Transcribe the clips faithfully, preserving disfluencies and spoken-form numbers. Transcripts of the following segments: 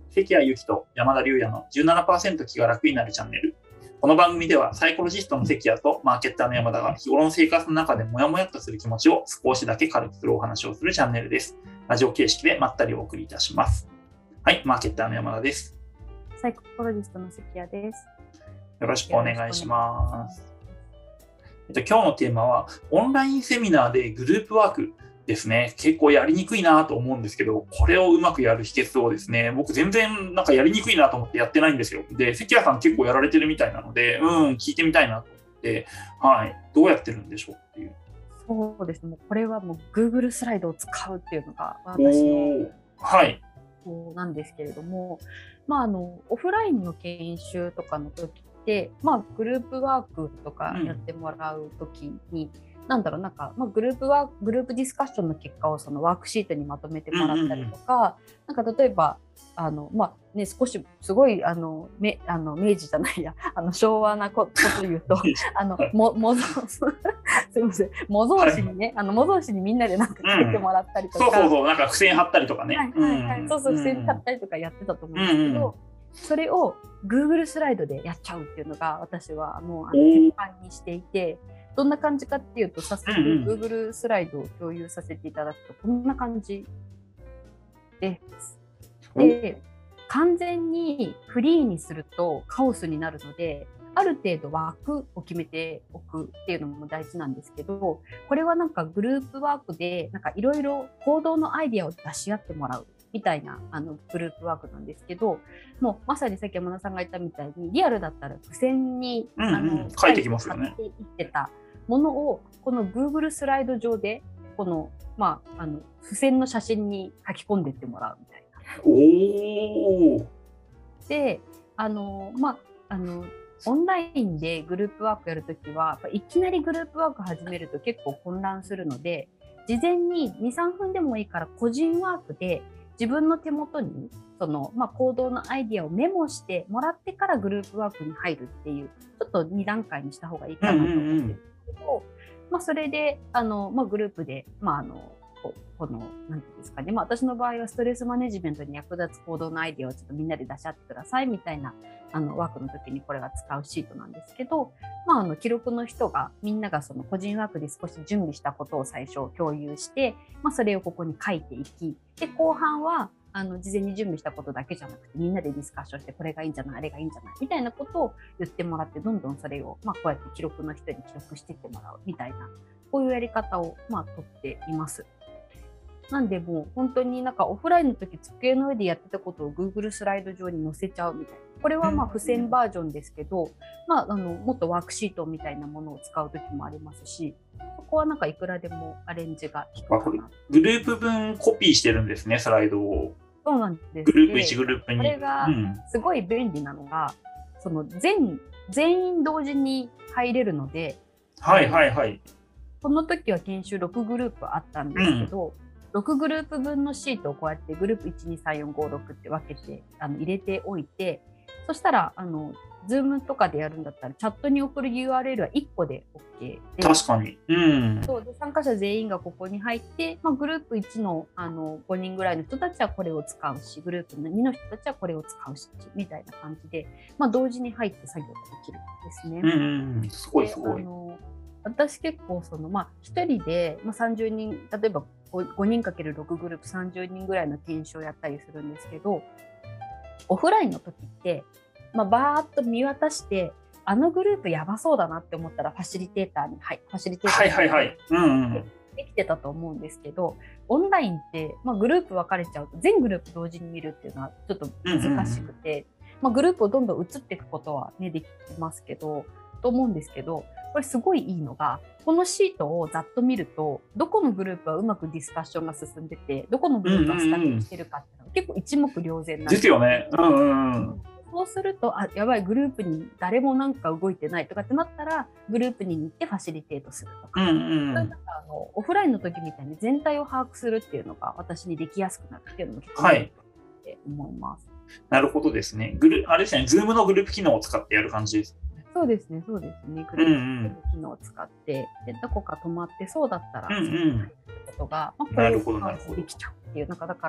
関谷由紀と山田龍也のじゅうななパーセント 気が楽になるチャンネル。この番組ではサイコロジストの関谷とマーケッターの山田が日頃の生活の中でモヤモヤっとする気持ちを少しだけ軽くするお話をするチャンネルです。ラジオ形式でまったりお送りいたします。はい、マーケッターの山田です。 サイコロジストの関谷です。 よろしくお願いします。えっと、今日のテーマはオンラインセミナーでグループワークですね。結構やりにくいなと思うんですけど、これをうまくやる秘訣をですね、僕全然なんかやりにくいなと思ってやってないんですよ。で、関谷さん結構やられてるみたいなので、うん、聞いてみたいなと思って、はい、どうやってるんでしょうっていう。 そうですね。もうこれはもう Google スライドを使うっていうのが私のはいなんですけれども、まあ、あのオフラインの研修とかの時って、まあ、グループワークとかやってもらう時に、うん、なんだろうなんか、まあ、グループワークグループディスカッションの結果をそのワークシートにまとめてもらったりとか、うんうん、なんか例えばあの、まあね、少しすごいあのめあの明治じゃないやあの昭和なことを言うとあのももぞすみません模造紙にね、はい、あの模造紙にみんなでなんか書いてもらったりとか、 うん、そうそうそうなんか付箋貼ったりとかね、 はいはいはい、うん、そうそう付箋貼ったりとかやってたと思うんですけど、うんうん、それを Google スライドでやっちゃうっていうのが私はもうあの鉄板にしていて、どんな感じかっていうと早速 Google スライドを共有させていただくとこんな感じです。で、完全にフリーにするとカオスになるので、ある程度枠を決めておくっていうのも大事なんですけど、これはなんかグループワークでなんかいろいろ行動のアイディアを出し合ってもらうみたいなあのグループワークなんですけど、もうまさにさっき山田さんが言ったみたいにリアルだったら付箋に、 うんうん、 あの書いてきますよね。 書いていってたものをこの Google スライド上でこの、まあ、あの付箋の写真に書き込んでいってもらうみたいな。 おー。 で、あのまああのオンラインでグループワークやるときは、いきなりグループワーク始めると結構混乱するので、事前にに、さんぷんでもいいから個人ワークで自分の手元にその、まあ、行動のアイディアをメモしてもらってからグループワークに入るっていう、ちょっとに段階にした方がいいかなと思ってるんですけど、まあ、それであの、まあ、グループで、まあ、あのここのなんていうんですかね、まあ、私の場合はストレスマネジメントに役立つ行動のアイデアをちょっとみんなで出し合ってくださいみたいなあのワークの時にこれは使うシートなんですけど、まあ、あの記録の人がみんながその個人ワークで少し準備したことを最初共有して、まあ、それをここに書いていき、で後半はあの事前に準備したことだけじゃなくてみんなでディスカッションしてこれがいいんじゃないあれがいいんじゃないみたいなことを言ってもらって、どんどんそれを、まあ、こうやって記録の人に記録していってもらうみたいな、こういうやり方を、まあ、とっています。なんでもう本当になんかオフラインの時机の上でやってたことを Google スライド上に載せちゃうみたいな。これはまあ付箋バージョンですけど、まあ、あのもっとワークシートみたいなものを使う時もありますし、そこはなんかいくらでもアレンジが効くかな。 グループ分コピーしてるんですね、スライドを。 そうなんです。 グループいちグループに。 これがすごい便利なのが、うん、その 全, 全員同時に入れるので、 はいはいはい。 この時は研修ろくグループあったんですけど、うん、ろくグループ分のシートをこうやってグループいち、に、さん、よん、ご、ろくって分けてあの入れておいて、そしたらあの Zoom とかでやるんだったらチャットに送る ユーアールエル はいっこで OK で、 確かに、うん、 そうで参加者全員がここに入って、まあ、グループいち の, あのごにんぐらいの人たちはこれを使うし、グループにの人たちはこれを使うしみたいな感じで、まあ、同時に入って作業ができるんですね。 うんうん、すごいすごい。 あの私結構その、まあ、ひとりで、まあ、さんじゅうにん、例えば ごにんかけるろく グループさんじゅうにんぐらいの研修をやったりするんですけど、オフラインの時って、まあ、バーッと見渡してあのグループやばそうだなって思ったらファシリテーターに、はい、ファシリテーターに、 はいはいはい、うんうん、 できてたと思うんですけど、オンラインって、まあ、グループ分かれちゃうと全グループ同時に見るっていうのはちょっと難しくて、うんうんうん、まあ、グループをどんどん移っていくことは、ね、できますけどと思うんですけど、これすごいいいのが、このシートをざっと見るとどこのグループはうまくディスカッションが進んでて、どこのグループはスタックしてるかっていうのが結構一目瞭然なんですよね。うんうんうん、 そうすると、あ、やばい、グループに誰もなんか動いてないとかってなったらグループに行ってファシリテートするとか、 うんうん、 なんかあのオフラインの時みたいに全体を把握するっていうのが私にできやすくなるっていうのも結構いいって思います。 なるほどですね。グルあれですね、Zoom のグループ機能を使ってやる感じです。 そうですね、そうですね。グループ機能を使って、うんうん、でどこか止まってそうだったら、 うんうん、 ことが、まあ、これをできちゃうっていう、なんかだから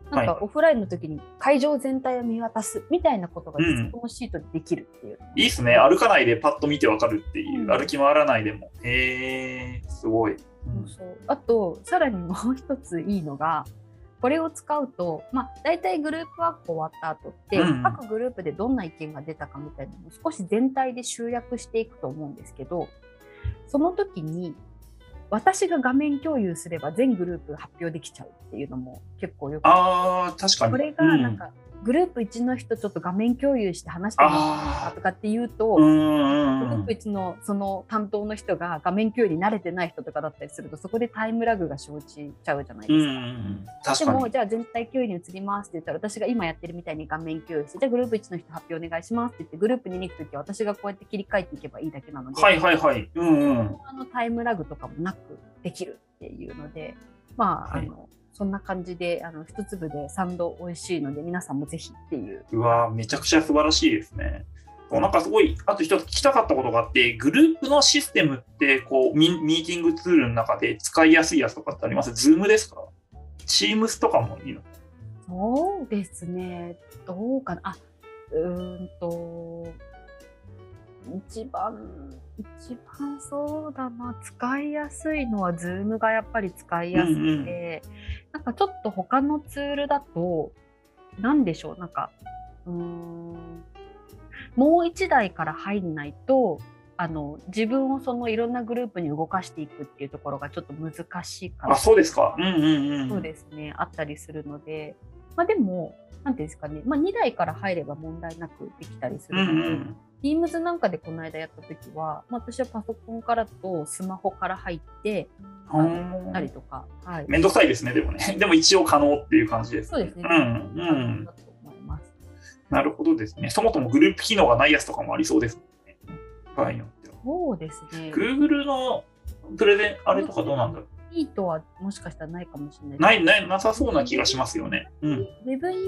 なんかはいオフラインの時に会場全体を見渡すみたいなことがうん実このシートでできるっていう。 いいっすね。歩かないでパッと見てわかるっていう、 うん歩き回らないでも。へえ、すごい。うんそうそうあとさらにもう一ついいのが、これを使うと、まあ、大体グループワーク終わった後って、 うんうん各グループでどんな意見が出たかみたいなのを少し全体で集約していくと思うんですけど、その時に私が画面共有すれば全グループが発表できちゃうっていうのも結構よくああ、確かに。 これがなんか、グループいちの人ちょっと画面共有して話してもらえますかとかっていうと、 うんうんうんグループいちのその担当の人が画面共有に慣れてない人とかだったりすると、そこでタイムラグが生じちゃうじゃないうんうですか。 ん確かに。 でもじゃあ全体共有に移りますって言ったら、私が今やってるみたいに画面共有して、じゃあグループいちの人発表お願いしますって言って、グループにに行くときは私がこうやって切り替えていけばいいだけなので、 はいはいはい。うんうん。 あのタイムラグとかもなくできるっていうので、まあ、 はいあのそんな感じで、あの一粒で三度美味しいので、皆さんもぜひっていう。 うわーめちゃくちゃ素晴らしいですね。なんかすごい、あと一つ聞きたかったことがあって、グループのシステムってこうミ、ミーティングツールの中で使いやすいやつとかってあります？ズームですか？チームスとかもいいの？ そうですね、どうかな。あ、うーんと、一番、一番そうだな、使いやすいのは Zoom がやっぱり使いやすくて、 うんうんなんかちょっと他のツールだと、なんでしょう、なんか、うーん、もう一台から入んないと、あの自分をそのいろんなグループに動かしていくっていうところがちょっと難しいかな。 あ、そうですか。うんうんうん。 そうですね、あったりするので、まあ、でも、なんていうんですかね、まあ、にだいから入れば問題なくできたりすうんるので、 うん。 Teams なんかでこの間やったときは、まあ、私はパソコンからとスマホから入って、あのやったりとか、はい、 めんどくさいですね、でもね。でも一応可能っていう感じです。 そうですね、 うんうんだと思います。 なるほどですね。そもそもグループ機能がないやつとかもありそうですね。場合によっては。 そうですね。 Google のプレゼン、あれとかどうなんだろう。 いいとはもしかしたらないかもしれない。 ないないなさそうな気がしますよね。うん。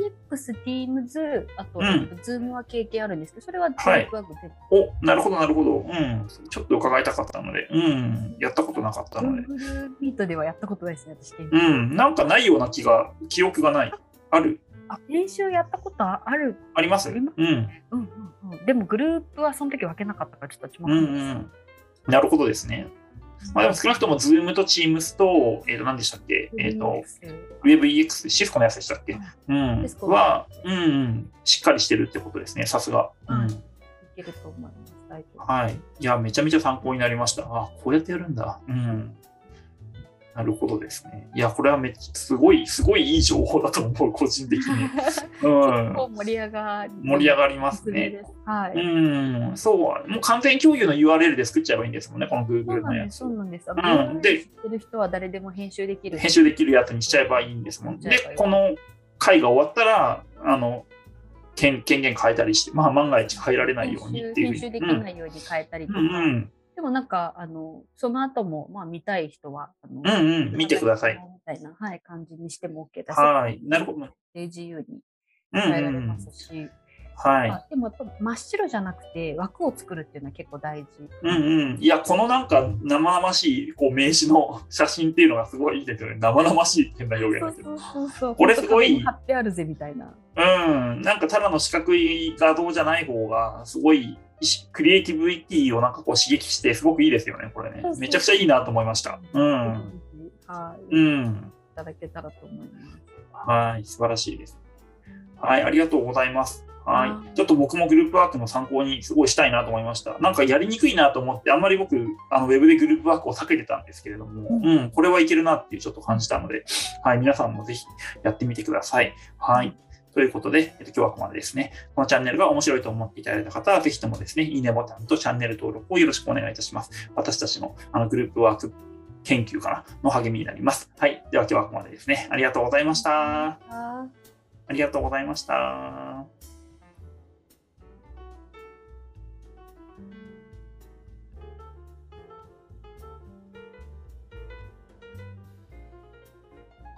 WebEX、Teams、あと、 うん Zoom は経験あるんですけど、それははいグループワークで、 お、なるほどなるほど。うん。ちょっと伺いたかったので、うん。やったことなかったので。 Google Meet ではやったことないですね、私。 うん。なんかないような気が、記憶がない。あるあ、練習やったことある。 ありますうん。 ありうんうんうん。でもグループはその時分けなかったからちょっとちまうんうん。なるほどですね。まあ、でも少なくとも Zoom と Teams と、えっ、と、何でしたっけえっ、と、WebEX、シスコのやつでしたっけうん。 シスコは、うんうん。しっかりしてるってことですね。さすが。うん。 いけると思います。大丈夫。 はい。いや、めちゃめちゃ参考になりました。あ、こうやってやるんだ。うん。なるほどですね。いや、これはめっちゃ、すごい、すごいいい情報だと思う、個人的に。うん。 結構盛り上がり盛り上がりますね。 です。はい。 うん。そう。もう完全共有の ユーアールエル で作っちゃえばいいんですもんね、このそう Google なんです。 のやつ。 そうなんです。あうの、 んで知ってる人は誰でも編集できる。 編集できるやつにしちゃえばいいんですもん。で、この回が終わったら、あの、権権限変えたりして、まあ、万が一変えられないようにっていうふうに。 編集できないように変えたりとか。 うんうんでもなんか、あの、その後も、まあ、見たい人は、あの、 うんうん、見てください。 みたいな、はい、感じにしても OK だし、 はい、なるほど。 自由にうん変えられうんますし、 はい。 あでもやっぱ真っ白じゃなくて枠を作るっていうのは結構大事。 うんうん。いや、このなんか生々しいこう名刺の写真っていうのがすごいいいですよね。生々しい変な表現だけど。 そうそうそう。 これすごい貼ってあるぜみたいな。 うん。なんかただの四角い画像じゃない方が、すごいクリエイティビティをなんかこう刺激して、すごくいいですよね、これね。めちゃくちゃいいなと思いました。うん。 はい。 うん。 いただけたらと思います。 はい、素晴らしいです。はい、ありがとうございます。はい、ちょっと僕もグループワークの参考にすごいしたいなと思いました。なんかやりにくいなと思って、あんまり僕、あのウェブでグループワークを避けてたんですけれども、うん、うん、これはいけるなっていうちょっと感じたので、はい、皆さんもぜひやってみてください。はい。ということで、えっと、今日はここまでですね。このチャンネルが面白いと思っていただいた方は、ぜひともですね、いいねボタンとチャンネル登録をよろしくお願いいたします。私たちのあのグループワーク研究かなの励みになります。はい。では今日はここまでですね。ありがとうございました。ありがとうございました。